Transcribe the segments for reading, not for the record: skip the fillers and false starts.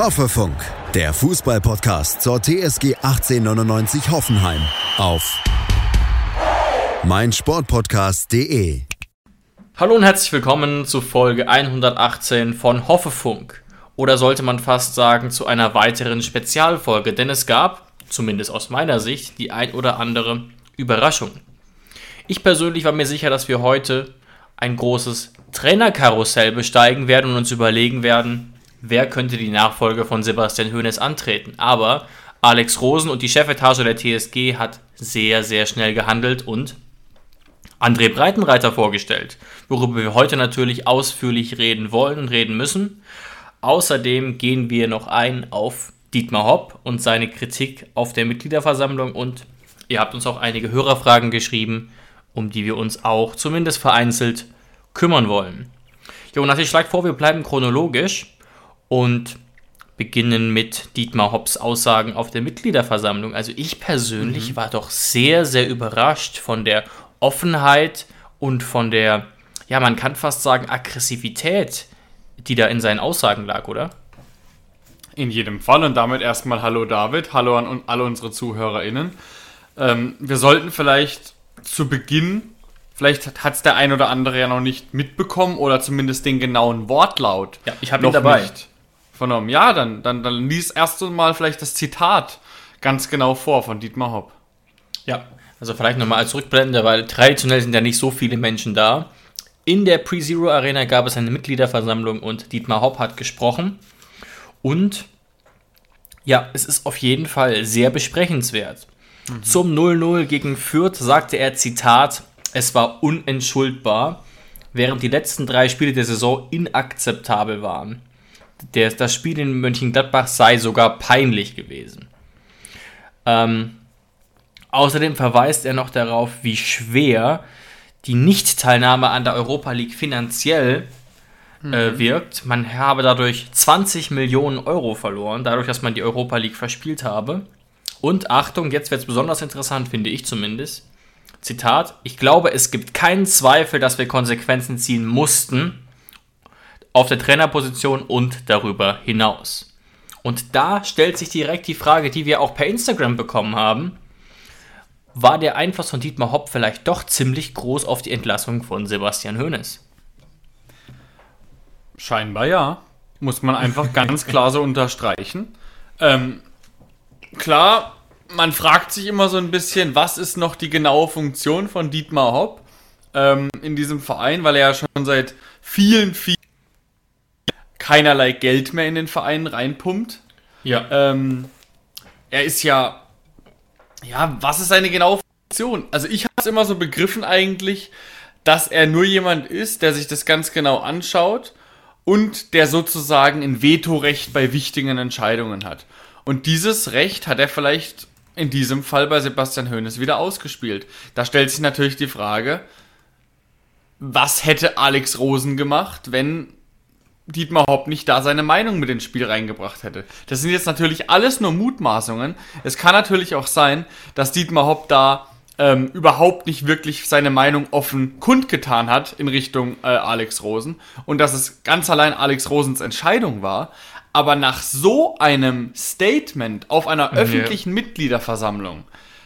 Hoffefunk, der Fußball-Podcast zur TSG 1899 Hoffenheim auf meinsportpodcast.de. Hallo und herzlich willkommen zu Folge 118 von Hoffefunk. Oder sollte man fast sagen, zu einer weiteren Spezialfolge, denn es gab, zumindest aus meiner Sicht, die ein oder andere Überraschung. Ich persönlich war mir sicher, dass wir heute ein großes Trainerkarussell besteigen werden und uns überlegen werden, wer könnte die Nachfolge von Sebastian Hoeneß antreten. Aber Alex Rosen und die Chefetage der TSG hat sehr, sehr schnell gehandelt und André Breitenreiter vorgestellt, worüber wir heute natürlich ausführlich reden wollen und reden müssen. Außerdem gehen wir noch ein auf Dietmar Hopp und seine Kritik auf der Mitgliederversammlung und ihr habt uns auch einige Hörerfragen geschrieben, um die wir uns auch zumindest vereinzelt kümmern wollen. Jonas, ich schlage vor, wir bleiben chronologisch und beginnen mit Dietmar Hopps Aussagen auf der Mitgliederversammlung. Also ich persönlich war doch sehr, sehr überrascht von der Offenheit und von der, ja, man kann fast sagen, Aggressivität, die da in seinen Aussagen lag, oder? In jedem Fall und damit erstmal hallo David, hallo an alle unsere ZuhörerInnen. Wir sollten vielleicht zu Beginn, vielleicht hat es der ein oder andere ja noch nicht mitbekommen oder zumindest den genauen Wortlaut. Ja, ich habe ihn dabei. Nicht vernommen. Ja, dann lies erst mal vielleicht das Zitat ganz genau vor von Dietmar Hopp. Ja, also vielleicht nochmal als Rückblende, weil traditionell sind ja nicht so viele Menschen da. In der Pre-Zero Arena gab es eine Mitgliederversammlung und Dietmar Hopp hat gesprochen. Und ja, es ist auf jeden Fall sehr besprechenswert. Zum 0-0 gegen Fürth sagte er, Zitat, es war unentschuldbar, während die letzten 3 Spiele der Saison inakzeptabel waren. Das Spiel in Mönchengladbach sei sogar peinlich gewesen. Außerdem verweist er noch darauf, wie schwer die Nichtteilnahme an der Europa League finanziell wirkt. Man habe dadurch 20 Millionen Euro verloren, dadurch, dass man die Europa League verspielt habe. Und Achtung, jetzt wird es besonders interessant, finde ich zumindest. Zitat, ich glaube, es gibt keinen Zweifel, dass wir Konsequenzen ziehen mussten auf der Trainerposition und darüber hinaus. Und da stellt sich direkt die Frage, die wir auch per Instagram bekommen haben. War der Einfluss von Dietmar Hopp vielleicht doch ziemlich groß auf die Entlassung von Sebastian Hoeneß? Scheinbar ja. Muss man einfach ganz klar so unterstreichen. Klar, man fragt sich immer so ein bisschen, was ist noch die genaue Funktion von Dietmar Hopp in diesem Verein, weil er ja schon seit vielen keinerlei Geld mehr in den Verein reinpumpt. Ja. Er ist ja, was ist seine genaue Funktion? Also ich habe es immer so begriffen eigentlich, dass er nur jemand ist, der sich das ganz genau anschaut und der sozusagen ein Vetorecht bei wichtigen Entscheidungen hat. Und dieses Recht hat er vielleicht in diesem Fall bei Sebastian Hoeneß wieder ausgespielt. Da stellt sich natürlich die Frage, was hätte Alex Rosen gemacht, wenn Dietmar Hopp nicht da seine Meinung mit ins Spiel reingebracht hätte. Das sind jetzt natürlich alles nur Mutmaßungen. Es kann natürlich auch sein, dass Dietmar Hopp da überhaupt nicht wirklich seine Meinung offen kundgetan hat in Richtung Alex Rosen und dass es ganz allein Alex Rosens Entscheidung war. Aber nach so einem Statement auf einer öffentlichen Mitgliederversammlung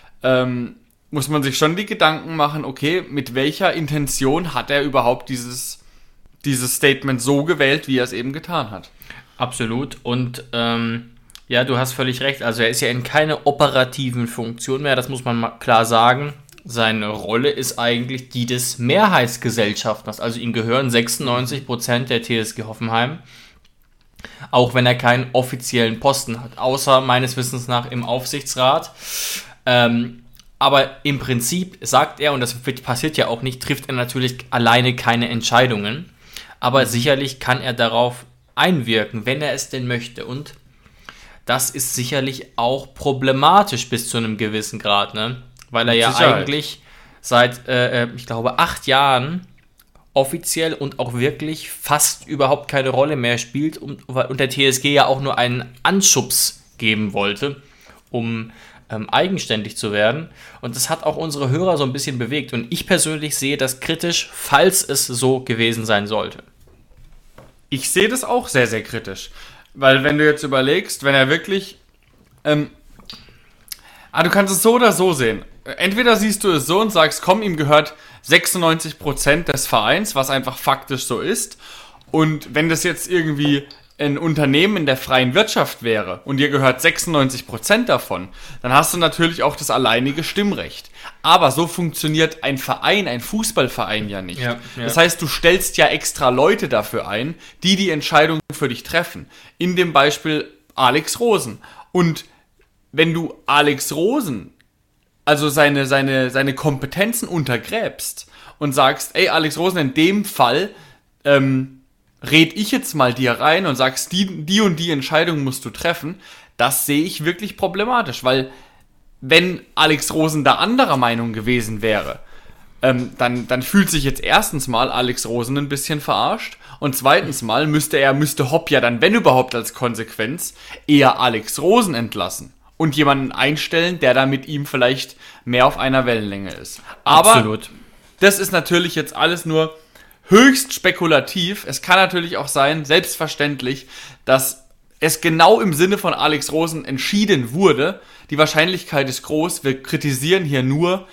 muss man sich schon die Gedanken machen, okay, mit welcher Intention hat er überhaupt dieses Statement so gewählt, wie er es eben getan hat. Absolut. Und ja, du hast völlig recht. Also er ist ja in keiner operativen Funktion mehr, das muss man mal klar sagen. Seine Rolle ist eigentlich die des Mehrheitsgesellschafters. Also ihm gehören 96% der TSG Hoffenheim. Auch wenn er keinen offiziellen Posten hat, außer meines Wissens nach im Aufsichtsrat. Aber im Prinzip sagt er, und das passiert ja auch nicht, trifft er natürlich alleine keine Entscheidungen. Aber sicherlich kann er darauf einwirken, wenn er es denn möchte. Und das ist sicherlich auch problematisch bis zu einem gewissen Grad, ne? Weil er ja eigentlich seit, ich glaube, 8 Jahren offiziell und auch wirklich fast überhaupt keine Rolle mehr spielt und der TSG ja auch nur einen Anschubs geben wollte, um eigenständig zu werden. Und das hat auch unsere Hörer so ein bisschen bewegt. Und ich persönlich sehe das kritisch, falls es so gewesen sein sollte. Ich sehe das auch sehr, sehr kritisch. Weil wenn du jetzt überlegst, wenn er wirklich... du kannst es so oder so sehen. Entweder siehst du es so und sagst, komm, ihm gehört 96% des Vereins, was einfach faktisch so ist. Und wenn das jetzt irgendwie ein Unternehmen in der freien Wirtschaft wäre und dir gehört 96% davon, dann hast du natürlich auch das alleinige Stimmrecht. Aber so funktioniert ein Verein, ein Fußballverein ja nicht. Ja. Das heißt, du stellst ja extra Leute dafür ein, die Entscheidungen für dich treffen. In dem Beispiel Alex Rosen. Und wenn du Alex Rosen, also seine Kompetenzen untergräbst und sagst, ey, Alex Rosen, in dem Fall red ich jetzt mal dir rein und sagst, die und die Entscheidung musst du treffen, das sehe ich wirklich problematisch, weil wenn Alex Rosen da anderer Meinung gewesen wäre, dann fühlt sich jetzt erstens mal Alex Rosen ein bisschen verarscht und zweitens mal müsste Hopp ja dann, wenn überhaupt als Konsequenz, eher Alex Rosen entlassen und jemanden einstellen, der da mit ihm vielleicht mehr auf einer Wellenlänge ist. Aber absolut. Das ist natürlich jetzt alles nur höchst spekulativ. Es kann natürlich auch sein, selbstverständlich, dass es genau im Sinne von Alex Rosen entschieden wurde. Die Wahrscheinlichkeit ist groß. Wir kritisieren hier nur,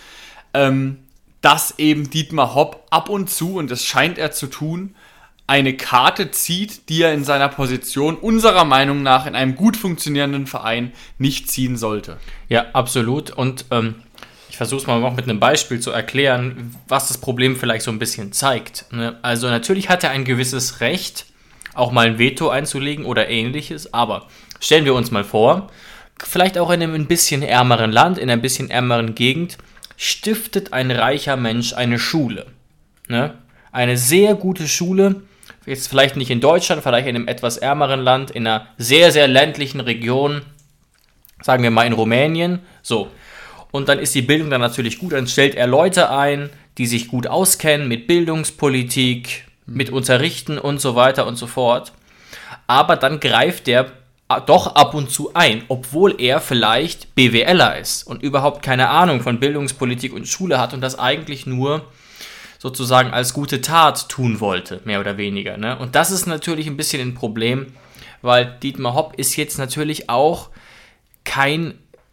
dass eben Dietmar Hopp ab und zu, und das scheint er zu tun, eine Karte zieht, die er in seiner Position unserer Meinung nach in einem gut funktionierenden Verein nicht ziehen sollte. Ja, absolut. Und ich versuche es mal noch mit einem Beispiel zu erklären, was das Problem vielleicht so ein bisschen zeigt. Ne? Also natürlich hat er ein gewisses Recht, auch mal ein Veto einzulegen oder ähnliches, aber stellen wir uns mal vor, vielleicht auch in einem ein bisschen ärmeren Land, in einer ein bisschen ärmeren Gegend, stiftet ein reicher Mensch eine Schule. Ne? Eine sehr gute Schule, jetzt vielleicht nicht in Deutschland, vielleicht in einem etwas ärmeren Land, in einer sehr, sehr ländlichen Region, sagen wir mal in Rumänien, so. Und dann ist die Bildung dann natürlich gut, dann stellt er Leute ein, die sich gut auskennen mit Bildungspolitik, mit Unterrichten und so weiter und so fort. Aber dann greift der doch ab und zu ein, obwohl er vielleicht BWLer ist und überhaupt keine Ahnung von Bildungspolitik und Schule hat und das eigentlich nur sozusagen als gute Tat tun wollte, mehr oder weniger. Ne? Und das ist natürlich ein bisschen ein Problem, weil Dietmar Hopp ist jetzt natürlich auch kein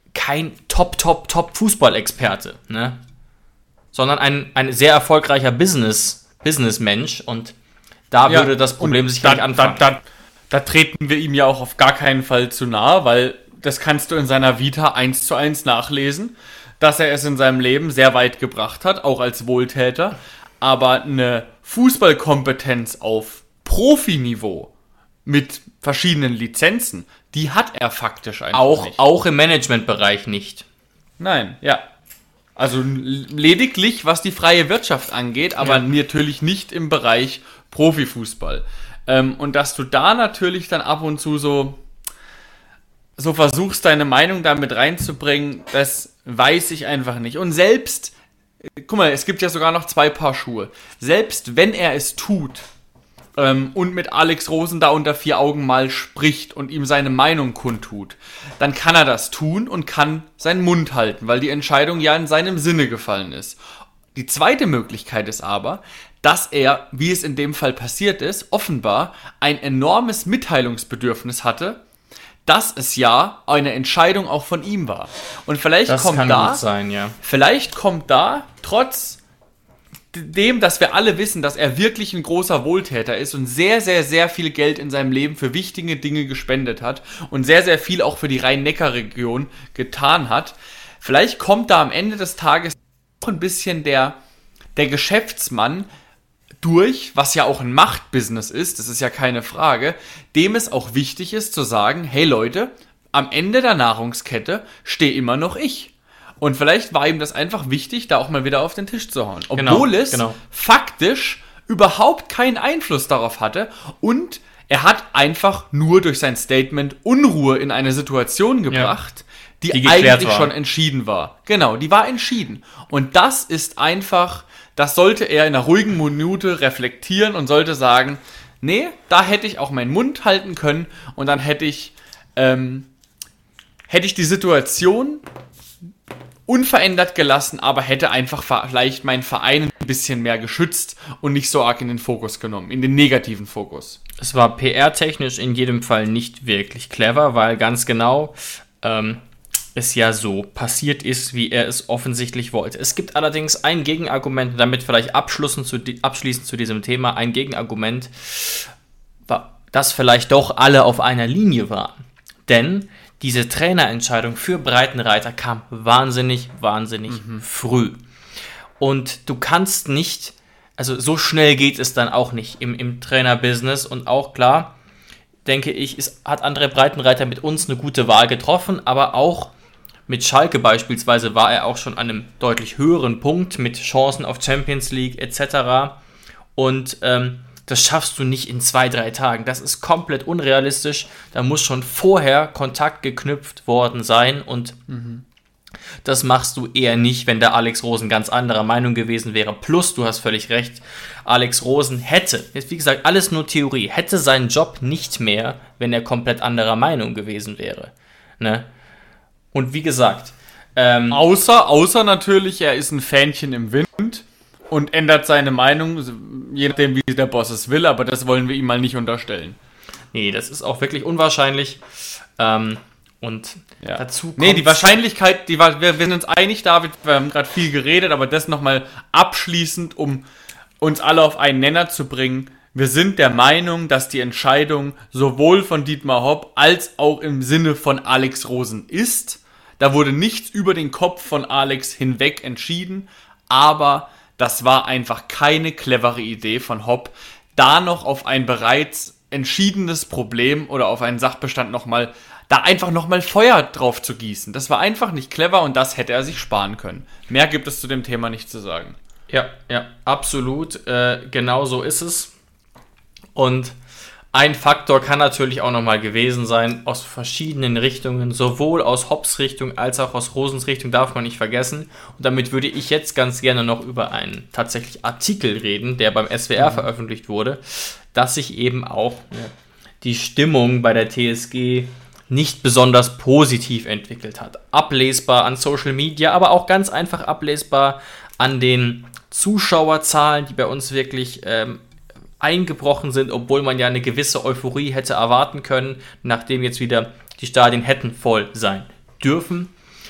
Top-Fußballexperte, ne? Sondern ein sehr erfolgreicher Businessmensch und da würde das Problem sicherlich anfangen. Da treten wir ihm ja auch auf gar keinen Fall zu nahe, weil das kannst du in seiner Vita 1:1 nachlesen, dass er es in seinem Leben sehr weit gebracht hat, auch als Wohltäter, aber eine Fußballkompetenz auf Profiniveau mit verschiedenen Lizenzen, die hat er faktisch einfach nicht. Auch im Managementbereich nicht. Nein, ja. Also lediglich, was die freie Wirtschaft angeht, aber natürlich nicht im Bereich Profifußball. Und dass du da natürlich dann ab und zu so versuchst, deine Meinung da mit reinzubringen, das weiß ich einfach nicht. Und selbst, guck mal, es gibt ja sogar noch 2 Paar Schuhe. Selbst wenn er es tut, und mit Alex Rosen da unter 4 Augen mal spricht und ihm seine Meinung kundtut, dann kann er das tun und kann seinen Mund halten, weil die Entscheidung ja in seinem Sinne gefallen ist. Die zweite Möglichkeit ist aber, dass er, wie es in dem Fall passiert ist, offenbar ein enormes Mitteilungsbedürfnis hatte, dass es ja eine Entscheidung auch von ihm war. Und vielleicht das kommt kann da, gut sein, ja. Vielleicht kommt da, trotz dem, dass wir alle wissen, dass er wirklich ein großer Wohltäter ist und sehr, sehr, sehr viel Geld in seinem Leben für wichtige Dinge gespendet hat und sehr, sehr viel auch für die Rhein-Neckar-Region getan hat. Vielleicht kommt da am Ende des Tages auch ein bisschen der Geschäftsmann durch, was ja auch ein Machtbusiness ist, das ist ja keine Frage, dem es auch wichtig ist zu sagen, hey Leute, am Ende der Nahrungskette stehe immer noch ich. Und vielleicht war ihm das einfach wichtig, da auch mal wieder auf den Tisch zu hauen. Obwohl es faktisch überhaupt keinen Einfluss darauf hatte. Und er hat einfach nur durch sein Statement Unruhe in eine Situation gebracht, die eigentlich schon entschieden war. Genau, die war entschieden. Und das ist einfach, das sollte er in einer ruhigen Minute reflektieren und sollte sagen, nee, da hätte ich auch meinen Mund halten können und dann hätte ich die Situation unverändert gelassen, aber hätte einfach vielleicht meinen Verein ein ein bisschen mehr geschützt und nicht so arg in den Fokus genommen, in den negativen Fokus. Es war PR-technisch in jedem Fall nicht wirklich clever, weil ganz genau es ja so passiert ist, wie er es offensichtlich wollte. Es gibt allerdings ein Gegenargument, damit vielleicht abschließend zu diesem Thema, ein Gegenargument, dass vielleicht doch alle auf einer Linie waren. Denn diese Trainerentscheidung für Breitenreiter kam wahnsinnig früh. Und du kannst nicht, also so schnell geht es dann auch nicht im Trainerbusiness. Und auch klar, denke ich, hat André Breitenreiter mit uns eine gute Wahl getroffen, aber auch mit Schalke beispielsweise war er auch schon an einem deutlich höheren Punkt mit Chancen auf Champions League etc. Und das schaffst du nicht in 2-3 Tagen. Das ist komplett unrealistisch. Da muss schon vorher Kontakt geknüpft worden sein und das machst du eher nicht, wenn der Alex Rosen ganz anderer Meinung gewesen wäre. Plus, du hast völlig recht, Alex Rosen hätte, jetzt wie gesagt, alles nur Theorie, hätte seinen Job nicht mehr, wenn er komplett anderer Meinung gewesen wäre. Ne? Und wie gesagt, außer natürlich, er ist ein Fähnchen im Wind und ändert seine Meinung, je nachdem, wie der Boss es will, aber das wollen wir ihm mal nicht unterstellen. Nee, das ist auch wirklich unwahrscheinlich. Und dazu kommt... Nee, die Wahrscheinlichkeit, wir sind uns einig, David, wir haben gerade viel geredet, aber das nochmal abschließend, um uns alle auf einen Nenner zu bringen. Wir sind der Meinung, dass die Entscheidung sowohl von Dietmar Hopp als auch im Sinne von Alex Rosen ist. Da wurde nichts über den Kopf von Alex hinweg entschieden, aber das war einfach keine clevere Idee von Hopp, da noch auf ein bereits entschiedenes Problem oder auf einen Sachbestand einfach nochmal Feuer drauf zu gießen. Das war einfach nicht clever und das hätte er sich sparen können. Mehr gibt es zu dem Thema nicht zu sagen. Ja, absolut. Genau so ist es. Und ein Faktor kann natürlich auch nochmal gewesen sein, aus verschiedenen Richtungen, sowohl aus Hopps Richtung als auch aus Rosens Richtung, darf man nicht vergessen. Und damit würde ich jetzt ganz gerne noch über einen tatsächlich Artikel reden, der beim SWR veröffentlicht wurde, dass sich eben auch die Stimmung bei der TSG nicht besonders positiv entwickelt hat. Ablesbar an Social Media, aber auch ganz einfach ablesbar an den Zuschauerzahlen, die bei uns wirklich eingebrochen sind, obwohl man ja eine gewisse Euphorie hätte erwarten können, nachdem jetzt wieder die Stadien hätten voll sein dürfen.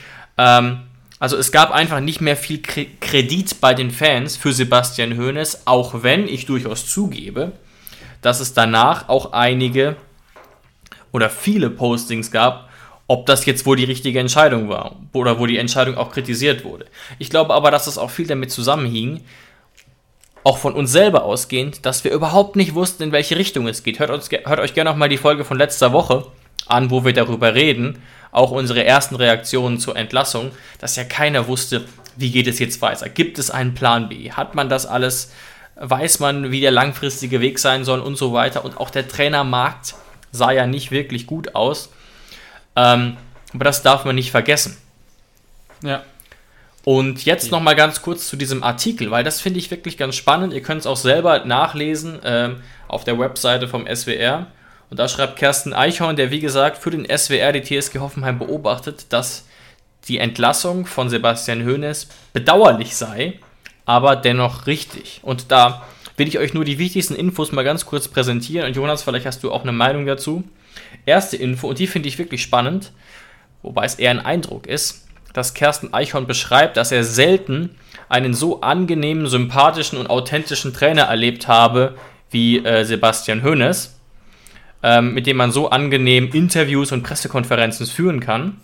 Also es gab einfach nicht mehr viel Kredit bei den Fans für Sebastian Hoeneß, auch wenn ich durchaus zugebe, dass es danach auch einige oder viele Postings gab, ob das jetzt wohl die richtige Entscheidung war oder wo die Entscheidung auch kritisiert wurde. Ich glaube aber, dass das auch viel damit zusammenhing, auch von uns selber ausgehend, dass wir überhaupt nicht wussten, in welche Richtung es geht. Hört euch gerne nochmal die Folge von letzter Woche an, wo wir darüber reden, auch unsere ersten Reaktionen zur Entlassung, dass ja keiner wusste, wie geht es jetzt weiter. Gibt es einen Plan B? Hat man das alles? Weiß man, wie der langfristige Weg sein soll und so weiter? Und auch der Trainermarkt sah ja nicht wirklich gut aus. Aber das darf man nicht vergessen. Ja. Und jetzt nochmal ganz kurz zu diesem Artikel, weil das finde ich wirklich ganz spannend. Ihr könnt es auch selber nachlesen auf der Webseite vom SWR. Und da schreibt Kersten Eichhorn, der wie gesagt für den SWR die TSG Hoffenheim beobachtet, dass die Entlassung von Sebastian Hoeneß bedauerlich sei, aber dennoch richtig. Und da will ich euch nur die wichtigsten Infos mal ganz kurz präsentieren. Und Jonas, vielleicht hast du auch eine Meinung dazu. Erste Info, und die finde ich wirklich spannend, wobei es eher ein Eindruck ist, dass Kersten Eichhorn beschreibt, dass er selten einen so angenehmen, sympathischen und authentischen Trainer erlebt habe wie Sebastian Hoeneß, mit dem man so angenehm Interviews und Pressekonferenzen führen kann.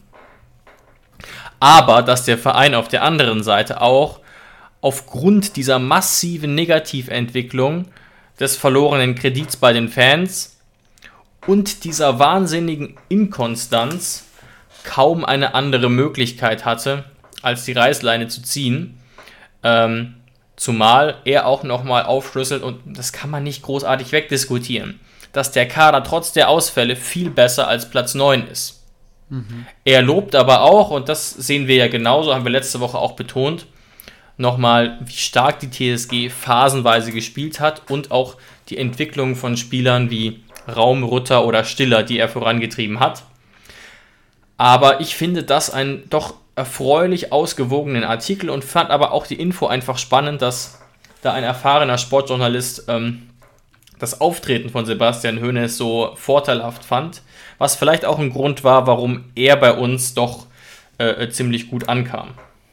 Aber dass der Verein auf der anderen Seite auch aufgrund dieser massiven Negativentwicklung des verlorenen Kredits bei den Fans und dieser wahnsinnigen Inkonstanz kaum eine andere Möglichkeit hatte, als die Reißleine zu ziehen. Zumal er auch nochmal aufschlüsselt, und das kann man nicht großartig wegdiskutieren, dass der Kader trotz der Ausfälle viel besser als Platz 9 ist. Er lobt aber auch, und das sehen wir ja genauso, haben wir letzte Woche auch betont, nochmal, wie stark die TSG phasenweise gespielt hat und auch die Entwicklung von Spielern wie Raum, Rutter oder Stiller, die er vorangetrieben hat. Aber ich finde das einen doch erfreulich ausgewogenen Artikel und fand aber auch die Info einfach spannend, dass da ein erfahrener Sportjournalist das Auftreten von Sebastian Hoeneß so vorteilhaft fand, was vielleicht auch ein Grund war, warum er bei uns doch ziemlich gut ankam.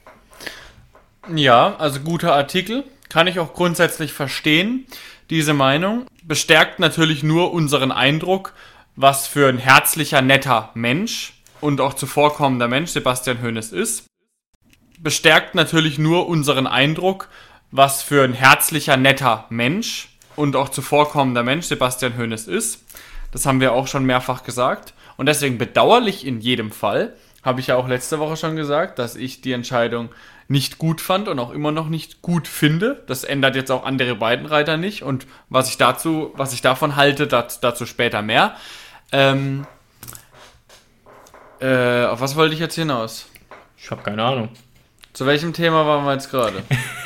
Ja, also guter Artikel, kann ich auch grundsätzlich verstehen. Diese Meinung bestärkt natürlich nur unseren Eindruck, was für ein herzlicher, netter Mensch und auch zuvorkommender Mensch Sebastian Hoeneß ist. Bestärkt natürlich nur unseren Eindruck, was für ein herzlicher, netter Mensch und auch zuvorkommender Mensch Sebastian Hoeneß ist. Das haben wir auch schon mehrfach gesagt. Und deswegen bedauerlich in jedem Fall, habe ich ja auch letzte Woche schon gesagt, dass ich die Entscheidung nicht gut fand und auch immer noch nicht gut finde. Das ändert jetzt auch andere Breitenreiter nicht. Und was ich davon halte, dazu später mehr. Auf was wollte ich jetzt hinaus? Ich habe keine Ahnung. Zu welchem Thema waren wir jetzt gerade?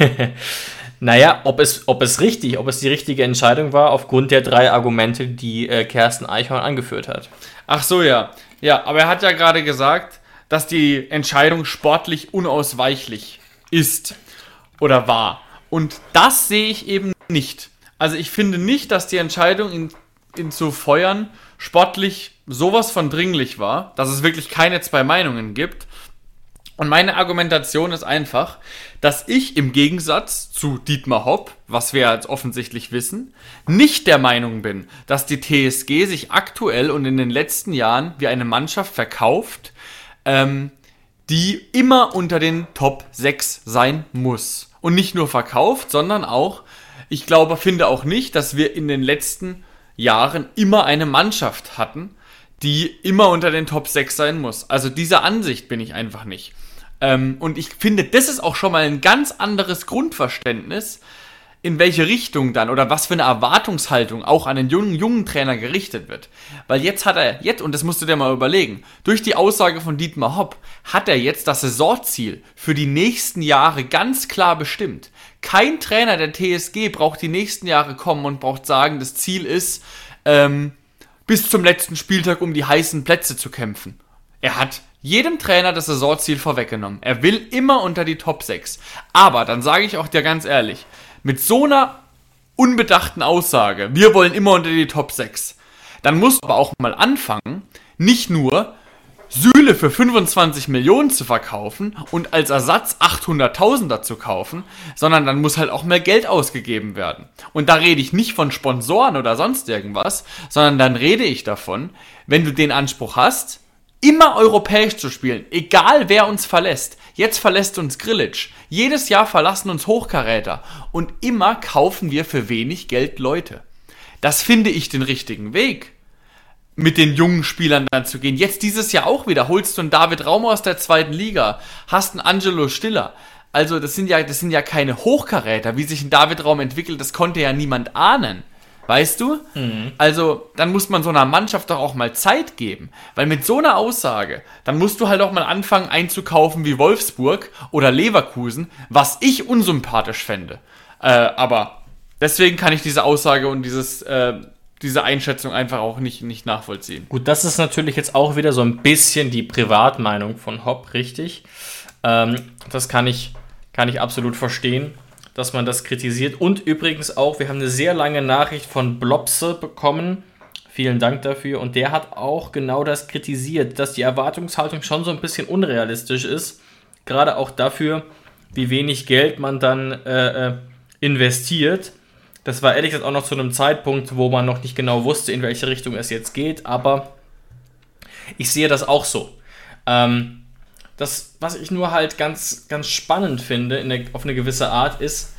Naja, ob es die richtige Entscheidung war, aufgrund der 3 Argumente, die Kersten Eichhorn angeführt hat. Ach so, ja. Ja, aber er hat ja gerade gesagt, dass die Entscheidung sportlich unausweichlich ist oder war. Und das sehe ich eben nicht. Also ich finde nicht, dass die Entscheidung, ihn zu feuern, sportlich sowas von dringlich war, dass es wirklich keine 2 Meinungen gibt. Und meine Argumentation ist einfach, dass ich im Gegensatz zu Dietmar Hopp, was wir jetzt offensichtlich wissen, nicht der Meinung bin, dass die TSG sich aktuell und in den letzten Jahren wie eine Mannschaft verkauft, die immer unter den Top 6 sein muss. Und nicht nur verkauft, sondern auch, finde auch nicht, dass wir in den letzten Jahren immer eine Mannschaft hatten, die immer unter den Top 6 sein muss. Also dieser Ansicht bin ich einfach nicht. Und ich finde, das ist auch schon mal ein ganz anderes Grundverständnis, in welche Richtung dann oder was für eine Erwartungshaltung auch an den jungen Trainer gerichtet wird. Weil jetzt, und das musst du dir mal überlegen, durch die Aussage von Dietmar Hopp hat er jetzt das Saisonziel für die nächsten Jahre ganz klar bestimmt. Kein Trainer der TSG braucht die nächsten Jahre kommen und braucht sagen, das Ziel ist, bis zum letzten Spieltag um die heißen Plätze zu kämpfen. Er hat jedem Trainer das Saisonziel vorweggenommen. Er will immer unter die Top 6. Aber, dann sage ich auch dir ganz ehrlich, mit so einer unbedachten Aussage, wir wollen immer unter die Top 6, dann musst du aber auch mal anfangen, nicht nur Süle für 25 Millionen zu verkaufen und als Ersatz 800.000er zu kaufen, sondern dann muss halt auch mehr Geld ausgegeben werden. Und da rede ich nicht von Sponsoren oder sonst irgendwas, sondern dann rede ich davon, wenn du den Anspruch hast, immer europäisch zu spielen, egal wer uns verlässt. Jetzt verlässt uns Grilic. Jedes Jahr verlassen uns Hochkaräter. Und immer kaufen wir für wenig Geld Leute. Das finde ich den richtigen Weg, mit den jungen Spielern dann zu gehen. Jetzt dieses Jahr auch wieder. Holst du einen David Raum aus der 2. Liga, hast einen Angelo Stiller. Also das sind ja keine Hochkaräter. Wie sich ein David Raum entwickelt, das konnte ja niemand ahnen. Weißt du? Mhm. Also, dann muss man so einer Mannschaft doch auch mal Zeit geben. Weil mit so einer Aussage, dann musst du halt auch mal anfangen einzukaufen wie Wolfsburg oder Leverkusen, was ich unsympathisch fände. Aber deswegen kann ich diese Aussage und diese Einschätzung einfach auch nicht nachvollziehen. Gut, das ist natürlich jetzt auch wieder so ein bisschen die Privatmeinung von Hopp, richtig? Das kann ich absolut verstehen, dass man das kritisiert. Und übrigens auch, wir haben eine sehr lange Nachricht von Blopse bekommen. Vielen Dank dafür. Und der hat auch genau das kritisiert, dass die Erwartungshaltung schon so ein bisschen unrealistisch ist. Gerade auch dafür, wie wenig Geld man dann investiert. Das war ehrlich gesagt auch noch zu einem Zeitpunkt, wo man noch nicht genau wusste, in welche Richtung es jetzt geht. Aber ich sehe das auch so. Das, was ich nur halt ganz, ganz spannend finde, auf eine gewisse Art, ist,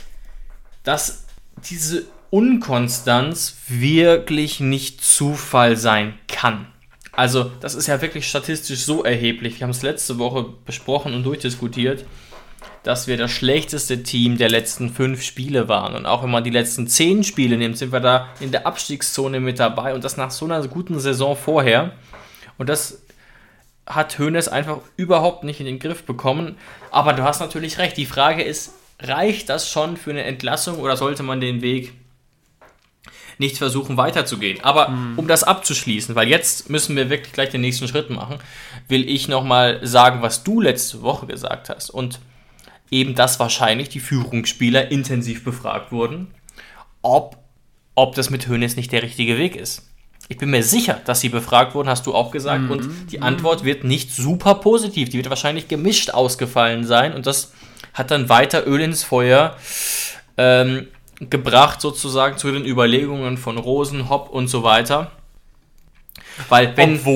dass diese Unkonstanz wirklich nicht Zufall sein kann. Also, das ist ja wirklich statistisch so erheblich. Wir haben es letzte Woche besprochen und durchdiskutiert, dass wir das schlechteste Team der letzten 5 Spiele waren. Und auch wenn man die letzten 10 Spiele nimmt, sind wir da in der Abstiegszone mit dabei. Und das nach so einer guten Saison vorher. Und das hat Hoeneß einfach überhaupt nicht in den Griff bekommen. Aber du hast natürlich recht. Die Frage ist, reicht das schon für eine Entlassung oder sollte man den Weg nicht versuchen weiterzugehen? Aber um das abzuschließen, weil jetzt müssen wir wirklich gleich den nächsten Schritt machen, will ich nochmal sagen, was du letzte Woche gesagt hast. Und eben, dass wahrscheinlich die Führungsspieler intensiv befragt wurden, ob das mit Hoeneß nicht der richtige Weg ist. Ich bin mir sicher, dass sie befragt wurden, hast du auch gesagt, und die Antwort wird nicht super positiv, die wird wahrscheinlich gemischt ausgefallen sein, und das hat dann weiter Öl ins Feuer gebracht, sozusagen, zu den Überlegungen von Rosen, Hopp und so weiter. Weil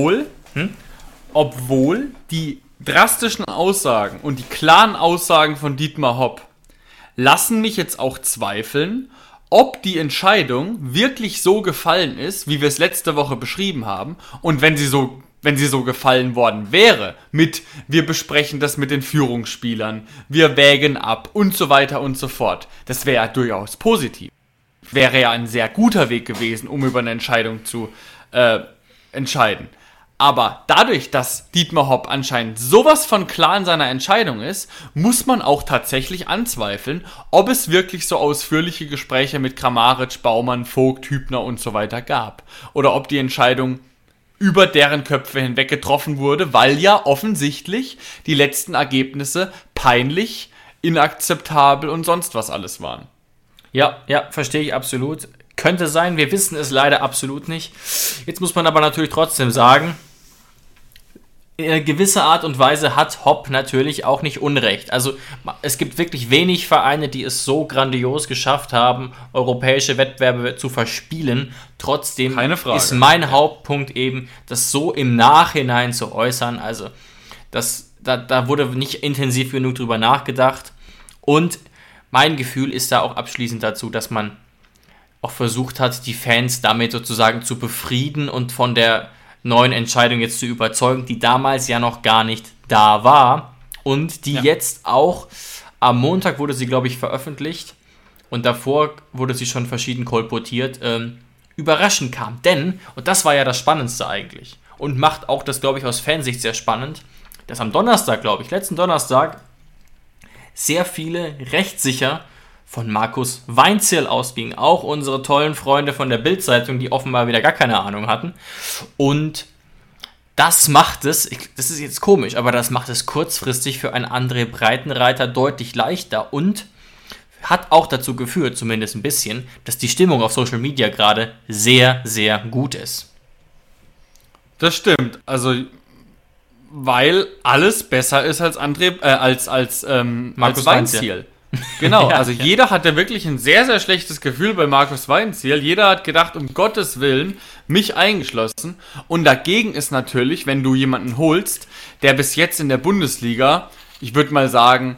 obwohl die drastischen Aussagen und die klaren Aussagen von Dietmar Hopp lassen mich jetzt auch zweifeln, ob die Entscheidung wirklich so gefallen ist, wie wir es letzte Woche beschrieben haben, und wenn sie so gefallen worden wäre, wir besprechen das mit den Führungsspielern, wir wägen ab und so weiter und so fort, das wäre ja durchaus positiv. Wäre ja ein sehr guter Weg gewesen, um über eine Entscheidung zu entscheiden. Aber dadurch, dass Dietmar Hopp anscheinend sowas von klar in seiner Entscheidung ist, muss man auch tatsächlich anzweifeln, ob es wirklich so ausführliche Gespräche mit Kramaric, Baumann, Vogt, Hübner und so weiter gab. Oder ob die Entscheidung über deren Köpfe hinweg getroffen wurde, weil ja offensichtlich die letzten Ergebnisse peinlich, inakzeptabel und sonst was alles waren. Ja, verstehe ich absolut. Könnte sein, wir wissen es leider absolut nicht. Jetzt muss man aber natürlich trotzdem sagen, in einer gewissen Art und Weise hat Hopp natürlich auch nicht Unrecht. Also es gibt wirklich wenig Vereine, die es so grandios geschafft haben, europäische Wettbewerbe zu verspielen. Trotzdem ist mein Hauptpunkt eben, das so im Nachhinein zu äußern. Also da wurde nicht intensiv genug drüber nachgedacht. Und mein Gefühl ist da auch abschließend dazu, dass man auch versucht hat, die Fans damit sozusagen zu befrieden und von der neuen Entscheidung jetzt zu überzeugen, die damals ja noch gar nicht da war und die jetzt auch, am Montag wurde sie, glaube ich, veröffentlicht und davor wurde sie schon verschieden kolportiert, überraschend kam. Denn, und das war ja das Spannendste eigentlich und macht auch das, glaube ich, aus Fansicht sehr spannend, dass am Donnerstag, glaube ich, letzten Donnerstag, sehr viele rechtssicher von Markus Weinzierl ausging. Auch unsere tollen Freunde von der Bild-Zeitung, die offenbar wieder gar keine Ahnung hatten. Und das macht es, das ist jetzt komisch, aber das macht es kurzfristig für einen André Breitenreiter deutlich leichter und hat auch dazu geführt, zumindest ein bisschen, dass die Stimmung auf Social Media gerade sehr, sehr gut ist. Das stimmt. Also, weil alles besser ist als Markus Weinzierl. Genau, also jeder hatte wirklich ein sehr, sehr schlechtes Gefühl bei Markus Weinzierl. Jeder hat gedacht, um Gottes Willen, mich eingeschlossen. Und dagegen ist natürlich, wenn du jemanden holst, der bis jetzt in der Bundesliga, ich würde mal sagen,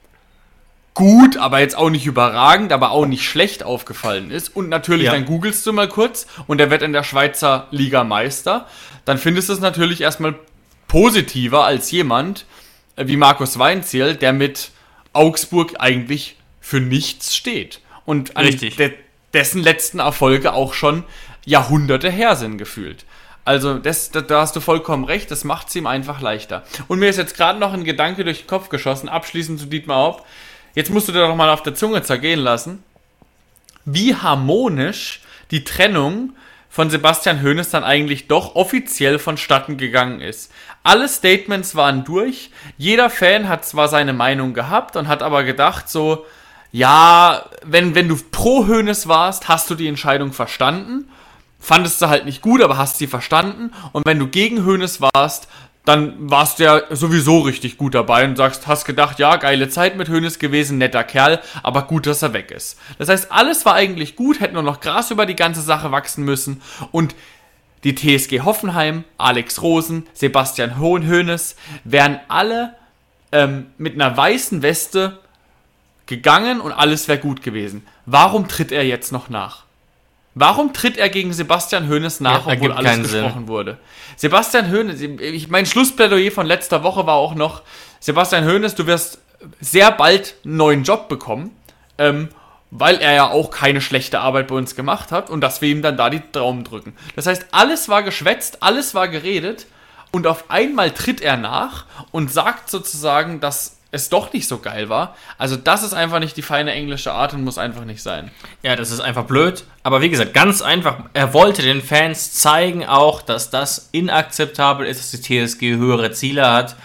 gut, aber jetzt auch nicht überragend, aber auch nicht schlecht aufgefallen ist. Und natürlich, dann googelst du mal kurz und der wird in der Schweizer Liga Meister. Dann findest du es natürlich erstmal positiver als jemand wie Markus Weinzierl, der mit Augsburg eigentlich für nichts steht. Und dessen letzten Erfolge auch schon Jahrhunderte her sind gefühlt. Also da hast du vollkommen recht, das macht es ihm einfach leichter. Und mir ist jetzt gerade noch ein Gedanke durch den Kopf geschossen, abschließend zu Dietmar Hopp. Jetzt musst du dir doch mal auf der Zunge zergehen lassen, wie harmonisch die Trennung von Sebastian Hoeneß dann eigentlich doch offiziell vonstatten gegangen ist. Alle Statements waren durch, jeder Fan hat zwar seine Meinung gehabt und hat aber gedacht so, ja, wenn du pro Hoeneß warst, hast du die Entscheidung verstanden, fandest du halt nicht gut, aber hast sie verstanden, und wenn du gegen Hoeneß warst, dann warst du ja sowieso richtig gut dabei und hast gedacht, ja, geile Zeit mit Hoeneß gewesen, netter Kerl, aber gut, dass er weg ist. Das heißt, alles war eigentlich gut, hätte nur noch Gras über die ganze Sache wachsen müssen, und die TSG Hoffenheim, Alex Rosen, Sebastian Hoeneß wären alle mit einer weißen Weste gegangen und alles wäre gut gewesen. Warum tritt er jetzt noch nach? Warum tritt er gegen Sebastian Hoeneß nach, obwohl alles gesprochen wurde? Sebastian Hoeneß, mein Schlussplädoyer von letzter Woche war auch noch, Sebastian Hoeneß, du wirst sehr bald einen neuen Job bekommen, weil er ja auch keine schlechte Arbeit bei uns gemacht hat und dass wir ihm dann da die Daumen drücken. Das heißt, alles war geschwätzt, alles war geredet und auf einmal tritt er nach und sagt sozusagen, dass es doch nicht so geil war. Also das ist einfach nicht die feine englische Art und muss einfach nicht sein. Ja, das ist einfach blöd. Aber wie gesagt, ganz einfach, er wollte den Fans zeigen auch, dass das inakzeptabel ist, dass die TSG höhere Ziele hat.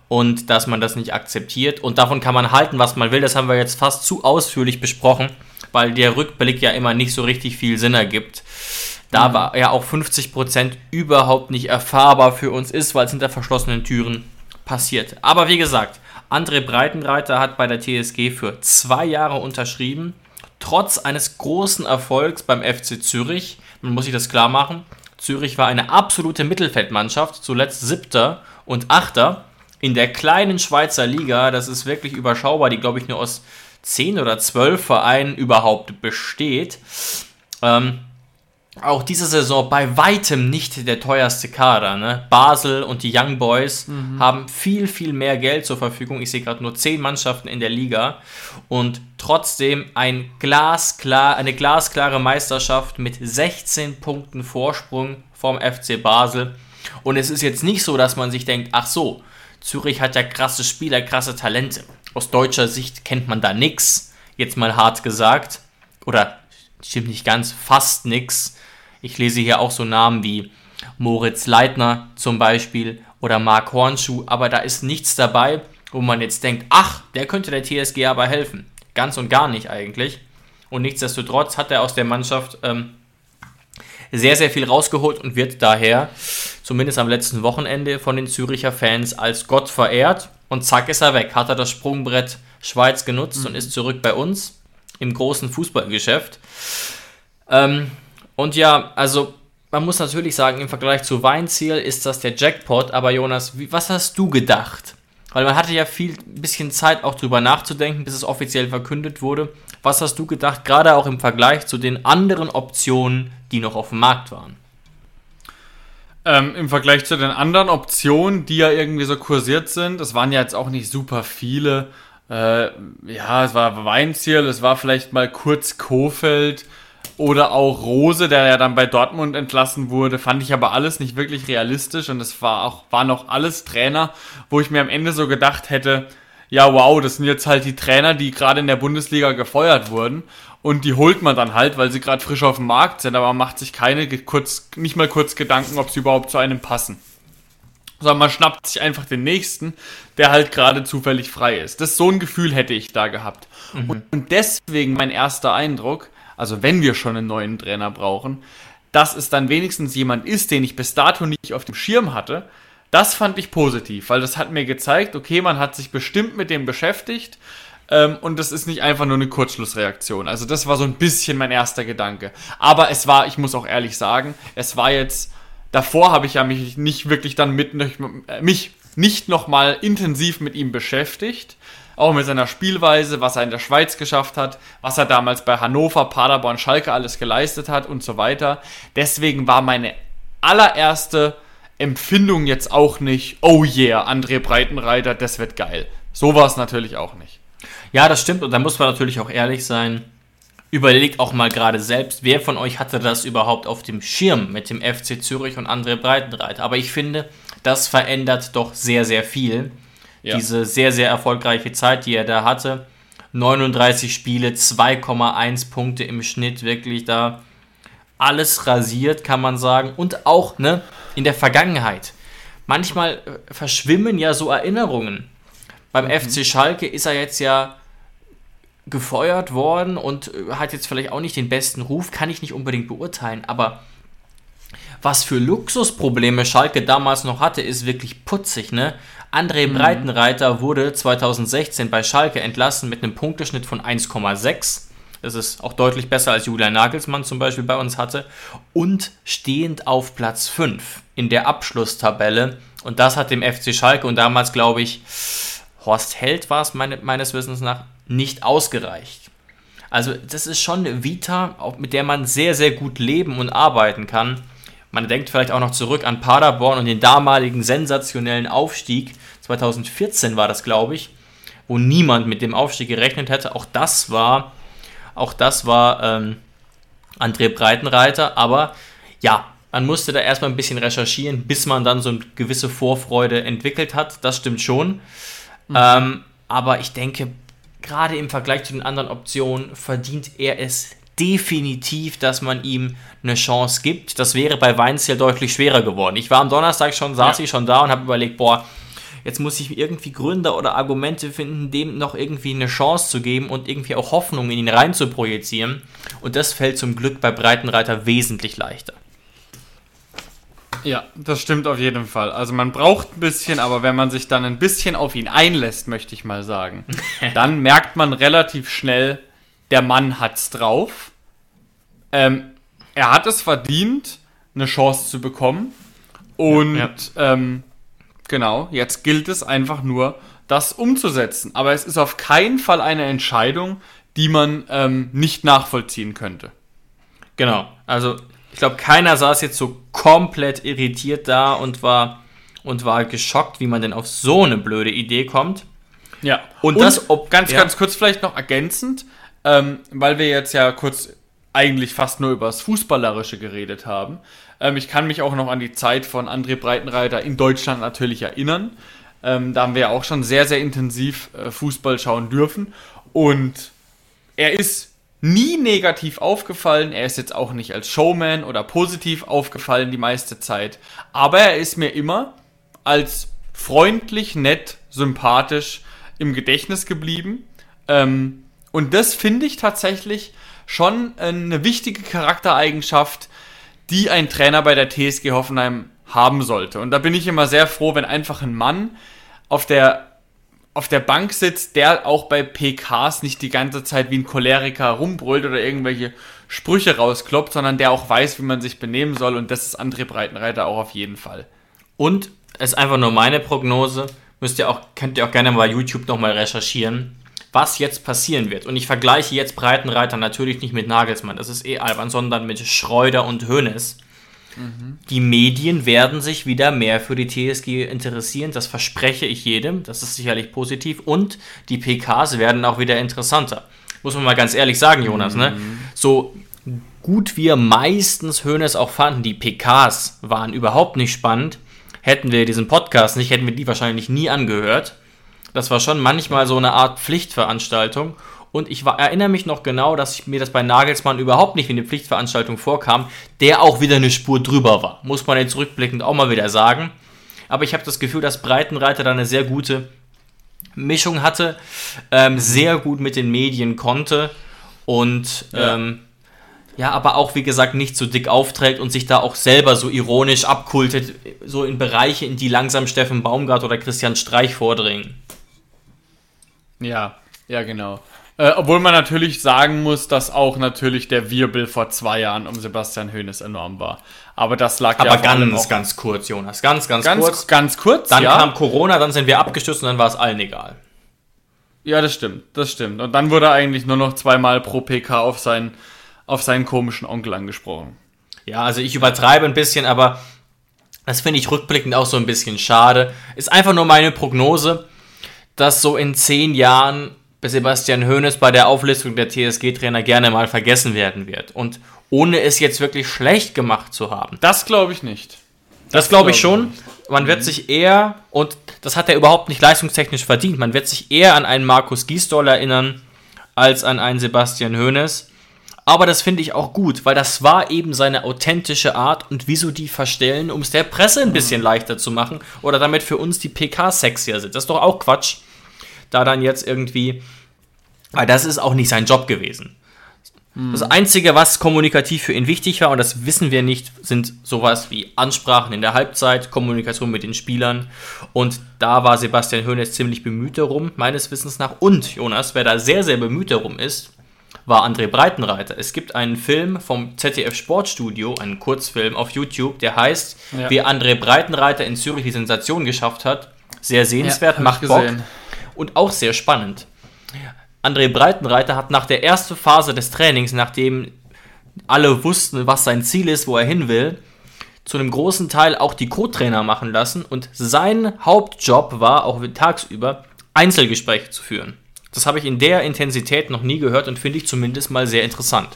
und dass man das nicht akzeptiert. Und davon kann man halten, was man will. Das haben wir jetzt fast zu ausführlich besprochen, weil der Rückblick ja immer nicht so richtig viel Sinn ergibt. Da war ja auch 50% überhaupt nicht erfahrbar für uns ist, weil es hinter verschlossenen Türen passiert. Aber wie gesagt, André Breitenreiter hat bei der TSG für 2 Jahre unterschrieben, trotz eines großen Erfolgs beim FC Zürich. Man muss sich das klar machen. Zürich war eine absolute Mittelfeldmannschaft, zuletzt 7. und 8. in der kleinen Schweizer Liga. Das ist wirklich überschaubar, die glaube ich nur aus 10 oder 12 Vereinen überhaupt besteht. Auch diese Saison bei weitem nicht der teuerste Kader. Ne? Basel und die Young Boys haben viel, viel mehr Geld zur Verfügung. Ich sehe gerade nur 10 Mannschaften in der Liga. Und trotzdem eine glasklare Meisterschaft mit 16 Punkten Vorsprung vom FC Basel. Und es ist jetzt nicht so, dass man sich denkt, ach so, Zürich hat ja krasse Spieler, krasse Talente. Aus deutscher Sicht kennt man da nix. Jetzt mal hart gesagt. Oder stimmt nicht ganz, fast nix. Ich lese hier auch so Namen wie Moritz Leitner zum Beispiel oder Marc Hornschuh, aber da ist nichts dabei, wo man jetzt denkt, ach, der könnte der TSG aber helfen. Ganz und gar nicht eigentlich. Und nichtsdestotrotz hat er aus der Mannschaft sehr, sehr viel rausgeholt und wird daher, zumindest am letzten Wochenende, von den Züricher Fans als Gott verehrt. Und zack ist er weg, hat er das Sprungbrett Schweiz genutzt und ist zurück bei uns im großen Fußballgeschäft. Und ja, also man muss natürlich sagen, im Vergleich zu Weinziel ist das der Jackpot, aber Jonas, was hast du gedacht? Weil man hatte ja ein bisschen Zeit auch drüber nachzudenken, bis es offiziell verkündet wurde. Was hast du gedacht, gerade auch im Vergleich zu den anderen Optionen, die noch auf dem Markt waren? Im Vergleich zu den anderen Optionen, die ja irgendwie so kursiert sind, es waren ja jetzt auch nicht super viele. Es war Weinziel, es war vielleicht mal kurz Kohfeldt, oder auch Rose, der ja dann bei Dortmund entlassen wurde, fand ich aber alles nicht wirklich realistisch und es waren auch alles Trainer, wo ich mir am Ende so gedacht hätte, ja wow, das sind jetzt halt die Trainer, die gerade in der Bundesliga gefeuert wurden und die holt man dann halt, weil sie gerade frisch auf dem Markt sind, aber man macht sich nicht mal kurz Gedanken, ob sie überhaupt zu einem passen. Sondern man schnappt sich einfach den nächsten, der halt gerade zufällig frei ist. So ein Gefühl hätte ich da gehabt. Und deswegen mein erster Eindruck, also wenn wir schon einen neuen Trainer brauchen, dass es dann wenigstens jemand ist, den ich bis dato nicht auf dem Schirm hatte, das fand ich positiv, weil das hat mir gezeigt, okay, man hat sich bestimmt mit dem beschäftigt und das ist nicht einfach nur eine Kurzschlussreaktion. Also das war so ein bisschen mein erster Gedanke. Aber ich muss auch ehrlich sagen, es war jetzt, davor habe ich ja mich nicht wirklich dann nicht nochmal intensiv mit ihm beschäftigt, auch mit seiner Spielweise, was er in der Schweiz geschafft hat, was er damals bei Hannover, Paderborn, Schalke alles geleistet hat und so weiter. Deswegen war meine allererste Empfindung jetzt auch nicht, oh yeah, André Breitenreiter, das wird geil. So war es natürlich auch nicht. Ja, das stimmt und da muss man natürlich auch ehrlich sein. Überlegt auch mal gerade selbst, wer von euch hatte das überhaupt auf dem Schirm mit dem FC Zürich und André Breitenreiter. Aber ich finde, das verändert doch sehr, sehr viel. Ja. Diese sehr, sehr erfolgreiche Zeit, die er da hatte. 39 Spiele, 2,1 Punkte im Schnitt, wirklich da alles rasiert, kann man sagen. Und auch in der Vergangenheit. Manchmal verschwimmen ja so Erinnerungen. Beim FC Schalke ist er jetzt ja gefeuert worden und hat jetzt vielleicht auch nicht den besten Ruf, kann ich nicht unbedingt beurteilen, aber was für Luxusprobleme Schalke damals noch hatte, ist wirklich putzig, ne? André Breitenreiter wurde 2016 bei Schalke entlassen mit einem Punkteschnitt von 1,6. Das ist auch deutlich besser als Julian Nagelsmann zum Beispiel bei uns hatte. Und stehend auf Platz 5 in der Abschlusstabelle. Und das hat dem FC Schalke und damals, glaube ich, Horst Held war es meines Wissens nach, nicht ausgereicht. Also das ist schon eine Vita, mit der man sehr, sehr gut leben und arbeiten kann. Man denkt vielleicht auch noch zurück an Paderborn und den damaligen sensationellen Aufstieg. 2014 war das, glaube ich, wo niemand mit dem Aufstieg gerechnet hätte. Auch das war André Breitenreiter. Aber ja, man musste da erstmal ein bisschen recherchieren, bis man dann so eine gewisse Vorfreude entwickelt hat. Das stimmt schon. Aber ich denke, gerade im Vergleich zu den anderen Optionen verdient er es definitiv, dass man ihm eine Chance gibt. Das wäre bei Weinziel deutlich schwerer geworden. Ich war am Donnerstag saß ich schon da und habe überlegt, Jetzt muss ich irgendwie Gründe oder Argumente finden, dem noch irgendwie eine Chance zu geben und irgendwie auch Hoffnung in ihn rein zu projizieren. Und das fällt zum Glück bei Breitenreiter wesentlich leichter. Ja, das stimmt auf jeden Fall. Also man braucht ein bisschen, aber wenn man sich dann ein bisschen auf ihn einlässt, möchte ich mal sagen, dann merkt man relativ schnell, der Mann hat's drauf. Er hat es verdient, eine Chance zu bekommen. Und genau, jetzt gilt es einfach nur, das umzusetzen. Aber es ist auf keinen Fall eine Entscheidung, die man nicht nachvollziehen könnte. Genau, also ich glaube, keiner saß jetzt so komplett irritiert da und war geschockt, wie man denn auf so eine blöde Idee kommt. Ja, und ganz kurz vielleicht noch ergänzend, weil wir jetzt ja kurz eigentlich fast nur über das Fußballerische geredet haben. Ich kann mich auch noch an die Zeit von André Breitenreiter in Deutschland natürlich erinnern. Da haben wir ja auch schon sehr, sehr intensiv Fußball schauen dürfen. Und er ist nie negativ aufgefallen. Er ist jetzt auch nicht als Showman oder positiv aufgefallen die meiste Zeit. Aber er ist mir immer als freundlich, nett, sympathisch im Gedächtnis geblieben. Und das finde ich tatsächlich schon eine wichtige Charaktereigenschaft, die ein Trainer bei der TSG Hoffenheim haben sollte. Und da bin ich immer sehr froh, wenn einfach ein Mann auf der Bank sitzt, der auch bei PKs nicht die ganze Zeit wie ein Choleriker rumbrüllt oder irgendwelche Sprüche rauskloppt, sondern der auch weiß, wie man sich benehmen soll. Und das ist André Breitenreiter auch auf jeden Fall. Und es ist einfach nur meine Prognose. Könnt ihr auch gerne mal bei YouTube nochmal recherchieren, was jetzt passieren wird. Und ich vergleiche jetzt Breitenreiter natürlich nicht mit Nagelsmann, das ist albern, sondern mit Schreuder und Hoeneß. Die Medien werden sich wieder mehr für die TSG interessieren, das verspreche ich jedem, das ist sicherlich positiv. Und die PKs werden auch wieder interessanter. Muss man mal ganz ehrlich sagen, Jonas, ne? So gut wir meistens Hoeneß auch fanden, die PKs waren überhaupt nicht spannend. Hätten wir diesen Podcast nicht, hätten wir die wahrscheinlich nie angehört. Das war schon manchmal so eine Art Pflichtveranstaltung. Und ich erinnere mich noch genau, dass mir das bei Nagelsmann überhaupt nicht wie eine Pflichtveranstaltung vorkam, der auch wieder eine Spur drüber war. Muss man jetzt rückblickend auch mal wieder sagen. Aber ich habe das Gefühl, dass Breitenreiter da eine sehr gute Mischung hatte, sehr gut mit den Medien konnte und aber auch, wie gesagt, nicht so dick aufträgt und sich da auch selber so ironisch abkultet, so in Bereiche, in die langsam Steffen Baumgart oder Christian Streich vordringen. Ja, genau. Obwohl man natürlich sagen muss, dass auch natürlich der Wirbel vor 2 Jahren um Sebastian Hoeneß enorm war. Aber das lag aber ganz kurz, Jonas. Ganz kurz. Ganz kurz, dann kam Corona, dann sind wir abgestürzt und dann war es allen egal. Ja, das stimmt. Und dann wurde er eigentlich nur noch 2-mal pro PK auf seinen komischen Onkel angesprochen. Ja, also ich übertreibe ein bisschen, aber das finde ich rückblickend auch so ein bisschen schade. Ist einfach nur meine Prognose, dass so in 10 Jahren Sebastian Hoeneß bei der Auflistung der TSG-Trainer gerne mal vergessen werden wird. Und ohne es jetzt wirklich schlecht gemacht zu haben. Das glaube ich nicht. Das glaube ich schon. Man wird sich eher, und das hat er überhaupt nicht leistungstechnisch verdient, man wird sich eher an einen Markus Gisdol erinnern, als an einen Sebastian Hoeneß. Aber das finde ich auch gut, weil das war eben seine authentische Art und wieso die verstellen, um es der Presse ein bisschen leichter zu machen oder damit für uns die PK sexier sind. Das ist doch auch Quatsch. Da dann jetzt irgendwie, weil das ist auch nicht sein Job gewesen. Das Einzige, was kommunikativ für ihn wichtig war, und das wissen wir nicht, sind sowas wie Ansprachen in der Halbzeit, Kommunikation mit den Spielern. Und da war Sebastian Hoeneß ziemlich bemüht darum, meines Wissens nach. Und, Jonas, wer da sehr, sehr bemüht darum ist, war André Breitenreiter. Es gibt einen Film vom ZDF Sportstudio, einen Kurzfilm auf YouTube, der heißt, wie André Breitenreiter in Zürich die Sensation geschafft hat. Sehr sehenswert, macht Bock. Und auch sehr spannend. André Breitenreiter hat nach der ersten Phase des Trainings, nachdem alle wussten, was sein Ziel ist, wo er hin will, zu einem großen Teil auch die Co-Trainer machen lassen. Und sein Hauptjob war, auch tagsüber, Einzelgespräche zu führen. Das habe ich in der Intensität noch nie gehört und finde ich zumindest mal sehr interessant.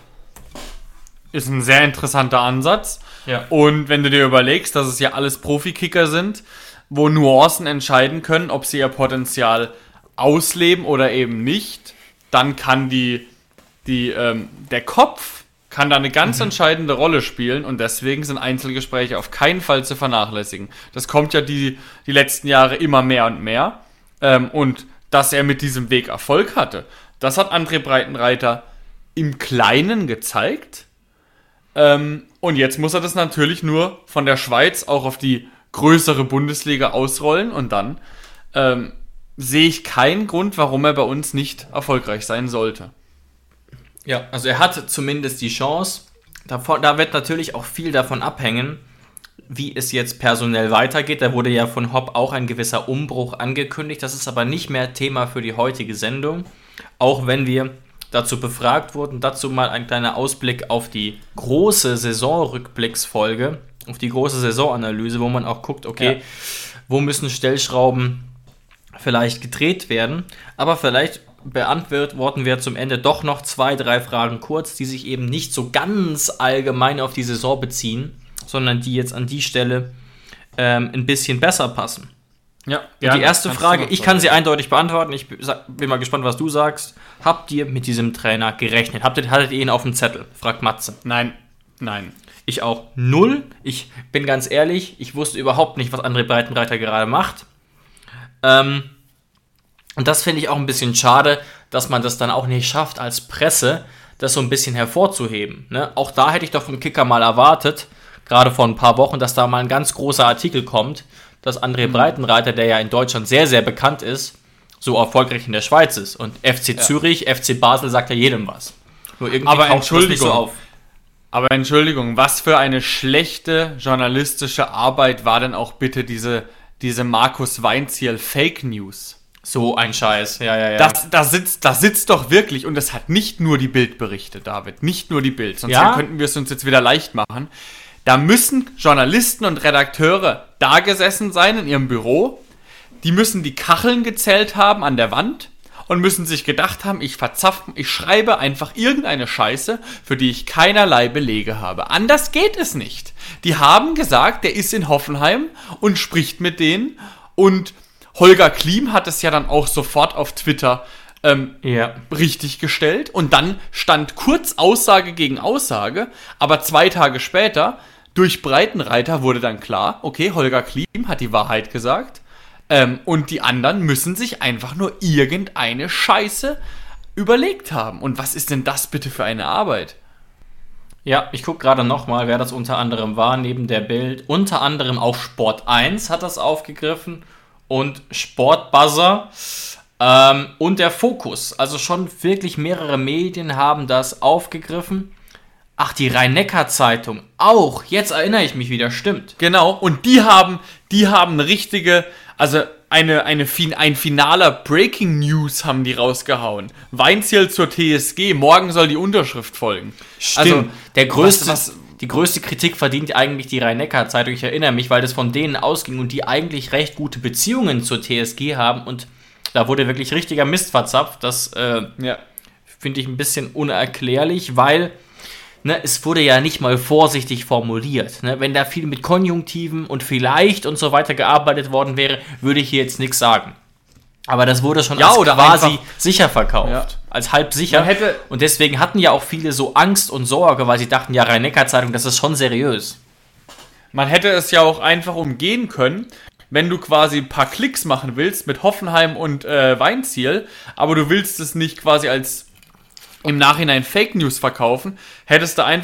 Ist ein sehr interessanter Ansatz. Ja. Und wenn du dir überlegst, dass es ja alles Profikicker sind, wo Nuancen entscheiden können, ob sie ihr Potenzial ausleben oder eben nicht, dann kann der Kopf kann da eine ganz entscheidende Rolle spielen und deswegen sind Einzelgespräche auf keinen Fall zu vernachlässigen. Das kommt ja die letzten Jahre immer mehr und mehr. Und dass er mit diesem Weg Erfolg hatte, das hat André Breitenreiter im Kleinen gezeigt. Und jetzt muss er das natürlich nur von der Schweiz auch auf die größere Bundesliga ausrollen und dann sehe ich keinen Grund, warum er bei uns nicht erfolgreich sein sollte. Ja, also er hat zumindest die Chance. Da wird natürlich auch viel davon abhängen, wie es jetzt personell weitergeht. Da wurde ja von Hopp auch ein gewisser Umbruch angekündigt. Das ist aber nicht mehr Thema für die heutige Sendung. Auch wenn wir dazu befragt wurden. Dazu mal ein kleiner Ausblick auf die große Saisonrückblicksfolge, auf die große Saisonanalyse, wo man auch guckt, okay, wo müssen Stellschrauben vielleicht gedreht werden. Aber vielleicht beantworten wir zum Ende doch noch 2, 3 Fragen kurz, die sich eben nicht so ganz allgemein auf die Saison beziehen, sondern die jetzt an die Stelle ein bisschen besser passen. Ja, die erste Frage, ich kann sie eindeutig beantworten, ich bin mal gespannt, was du sagst. Habt ihr mit diesem Trainer gerechnet? Hattet ihr ihn auf dem Zettel? Fragt Matze. Nein. Ich auch 0. Ich bin ganz ehrlich, ich wusste überhaupt nicht, was André Breitenreiter gerade macht. Und das finde ich auch ein bisschen schade, dass man das dann auch nicht schafft, als Presse das so ein bisschen hervorzuheben. Ne? Auch da hätte ich doch vom Kicker mal erwartet, gerade vor ein paar Wochen, dass da mal ein ganz großer Artikel kommt, dass André Breitenreiter, der ja in Deutschland sehr, sehr bekannt ist, so erfolgreich in der Schweiz ist. Und FC Zürich, FC Basel sagt ja jedem was. Nur irgendwie taucht das nicht so auf. Aber Entschuldigung, was für eine schlechte journalistische Arbeit war denn auch bitte diese Markus Weinzierl Fake News? So ein Scheiß, ja. Da sitzt doch wirklich, und das hat nicht nur die Bild berichtet, David, nicht nur die Bild, sonst könnten wir es uns jetzt wieder leicht machen. Da müssen Journalisten und Redakteure da gesessen sein in ihrem Büro, die müssen die Kacheln gezählt haben an der Wand und müssen sich gedacht haben, ich schreibe einfach irgendeine Scheiße, für die ich keinerlei Belege habe. Anders geht es nicht. Die haben gesagt, der ist in Hoffenheim und spricht mit denen, und Holger Klim hat es ja dann auch sofort auf Twitter richtig gestellt, und dann stand kurz Aussage gegen Aussage, aber 2 Tage später durch Breitenreiter wurde dann klar, okay, Holger Klim hat die Wahrheit gesagt, und die anderen müssen sich einfach nur irgendeine Scheiße überlegt haben. Und was ist denn das bitte für eine Arbeit? Ja, ich gucke gerade nochmal, wer das unter anderem war, neben der Bild. Unter anderem auch Sport 1 hat das aufgegriffen und Sportbuzzer und der Fokus. Also schon wirklich mehrere Medien haben das aufgegriffen. Ach, die Rhein-Neckar-Zeitung auch. Jetzt erinnere ich mich wieder, stimmt. Genau, und die haben eine richtige, also ein finaler Breaking News haben die rausgehauen. Weinzierl zur TSG, morgen soll die Unterschrift folgen. Stimmt, also, die größte Kritik verdient eigentlich die Rhein-Neckar-Zeitung, ich erinnere mich, weil das von denen ausging und die eigentlich recht gute Beziehungen zur TSG haben, und da wurde wirklich richtiger Mist verzapft. Das finde ich ein bisschen unerklärlich, weil es wurde ja nicht mal vorsichtig formuliert. Ne? Wenn da viel mit Konjunktiven und vielleicht und so weiter gearbeitet worden wäre, würde ich hier jetzt nichts sagen. Aber das wurde schon als quasi sicher verkauft. Als halb sicher. Und deswegen hatten ja auch viele so Angst und Sorge, weil sie dachten, ja, Rhein-Neckar-Zeitung, das ist schon seriös. Man hätte es ja auch einfach umgehen können, wenn du quasi ein paar Klicks machen willst mit Hoffenheim und Weinzierl, aber du willst es nicht quasi als im Nachhinein Fake News verkaufen, hättest du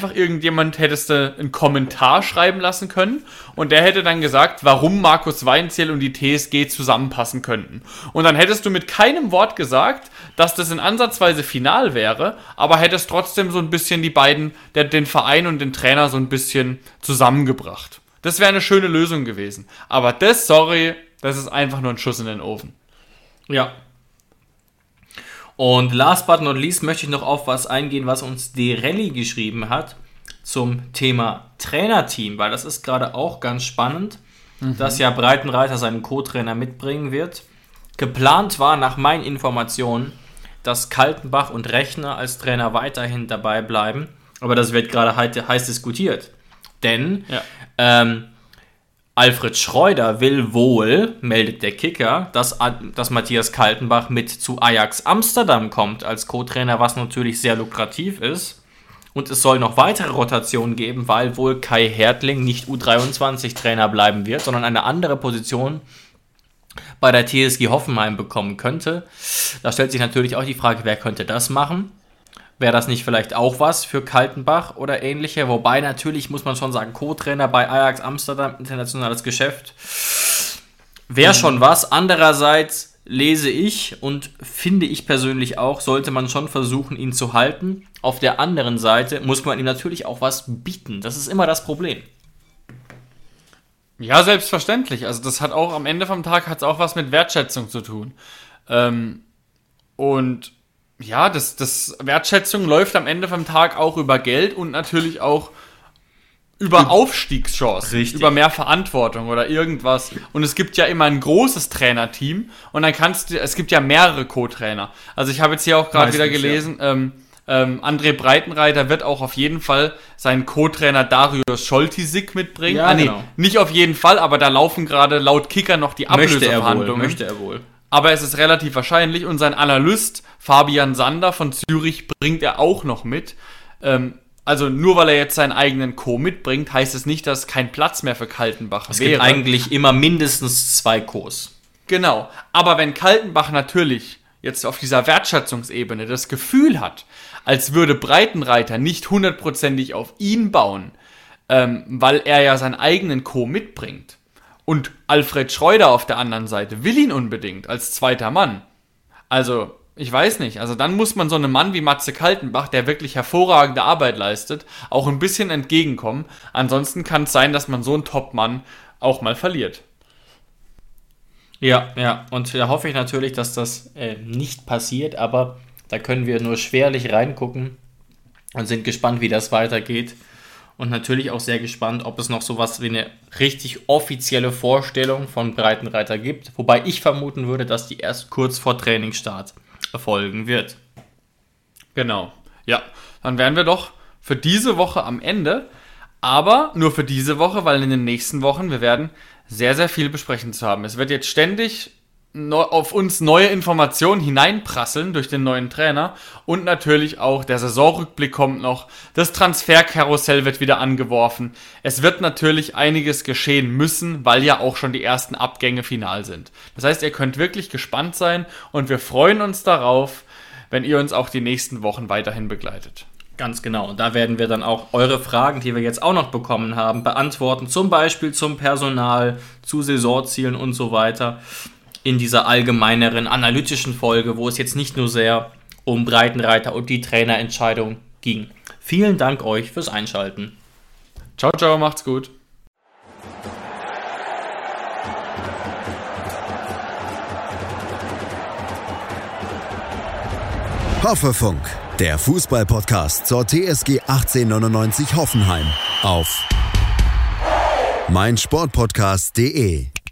einen Kommentar schreiben lassen können, und der hätte dann gesagt, warum Markus Weinzierl und die TSG zusammenpassen könnten. Und dann hättest du mit keinem Wort gesagt, dass das in ansatzweise final wäre, aber hättest trotzdem so ein bisschen die beiden, den Verein und den Trainer so ein bisschen zusammengebracht. Das wäre eine schöne Lösung gewesen. Aber das ist einfach nur ein Schuss in den Ofen. Ja. Und last but not least möchte ich noch auf was eingehen, was uns Derelli geschrieben hat zum Thema Trainerteam, weil das ist gerade auch ganz spannend, dass ja Breitenreiter seinen Co-Trainer mitbringen wird. Geplant war nach meinen Informationen, dass Kaltenbach und Rechner als Trainer weiterhin dabei bleiben, aber das wird gerade heiß diskutiert. Denn Alfred Schreuder will wohl, meldet der Kicker, dass Matthias Kaltenbach mit zu Ajax Amsterdam kommt als Co-Trainer, was natürlich sehr lukrativ ist. Und es soll noch weitere Rotationen geben, weil wohl Kai Hertling nicht U23-Trainer bleiben wird, sondern eine andere Position bei der TSG Hoffenheim bekommen könnte. Da stellt sich natürlich auch die Frage, wer könnte das machen? Wäre das nicht vielleicht auch was für Kaltenbach oder ähnliche? Wobei natürlich, muss man schon sagen, Co-Trainer bei Ajax Amsterdam, internationales Geschäft, wäre schon was. Andererseits lese ich und finde ich persönlich auch, sollte man schon versuchen, ihn zu halten. Auf der anderen Seite muss man ihm natürlich auch was bieten. Das ist immer das Problem. Ja, selbstverständlich. Also das hat auch am Ende vom Tag hat's auch was mit Wertschätzung zu tun. Und ja, das Wertschätzung läuft am Ende vom Tag auch über Geld und natürlich auch über Aufstiegschancen, Richtig. Über mehr Verantwortung oder irgendwas. Und es gibt ja immer ein großes Trainerteam und dann es gibt ja mehrere Co-Trainer. Also ich habe jetzt hier auch gerade wieder gelesen, André Breitenreiter wird auch auf jeden Fall seinen Co-Trainer Darius Scholtisek mitbringen. Ja, genau. Nicht auf jeden Fall, aber da laufen gerade laut Kicker noch die Ablöseverhandlungen. Möchte er wohl. Aber es ist relativ wahrscheinlich und sein Analyst Fabian Sander von Zürich bringt er auch noch mit. Also nur weil er jetzt seinen eigenen Co. mitbringt, heißt es nicht, dass kein Platz mehr für Kaltenbach wäre. Es gibt eigentlich immer mindestens 2 Co's. Genau, aber wenn Kaltenbach natürlich jetzt auf dieser Wertschätzungsebene das Gefühl hat, als würde Breitenreiter nicht hundertprozentig auf ihn bauen, weil er ja seinen eigenen Co. mitbringt und Alfred Schreuder auf der anderen Seite will ihn unbedingt als zweiter Mann. Also ich weiß nicht, also dann muss man so einem Mann wie Matze Kaltenbach, der wirklich hervorragende Arbeit leistet, auch ein bisschen entgegenkommen. Ansonsten kann es sein, dass man so einen Top-Mann auch mal verliert. Ja, und da hoffe ich natürlich, dass das nicht passiert, aber da können wir nur schwerlich reingucken und sind gespannt, wie das weitergeht. Und natürlich auch sehr gespannt, ob es noch sowas wie eine richtig offizielle Vorstellung von Breitenreiter gibt. Wobei ich vermuten würde, dass die erst kurz vor Trainingsstart erfolgen wird. Genau. Ja, dann wären wir doch für diese Woche am Ende. Aber nur für diese Woche, weil in den nächsten Wochen wir werden sehr, sehr viel besprechen zu haben. Es wird jetzt ständig auf uns neue Informationen hineinprasseln durch den neuen Trainer und natürlich auch der Saisonrückblick kommt noch, das Transferkarussell wird wieder angeworfen. Es wird natürlich einiges geschehen müssen, weil ja auch schon die ersten Abgänge final sind. Das heißt, ihr könnt wirklich gespannt sein und wir freuen uns darauf, wenn ihr uns auch die nächsten Wochen weiterhin begleitet. Ganz genau. Und da werden wir dann auch eure Fragen, die wir jetzt auch noch bekommen haben, beantworten. Zum Beispiel zum Personal, zu Saisonzielen und so weiter. In dieser allgemeineren analytischen Folge, wo es jetzt nicht nur sehr um Breitenreiter und die Trainerentscheidung ging. Vielen Dank euch fürs Einschalten. Ciao, ciao, macht's gut. Hoffefunk, der Fußball-Podcast zur TSG 1899 Hoffenheim auf meinsportpodcast.de.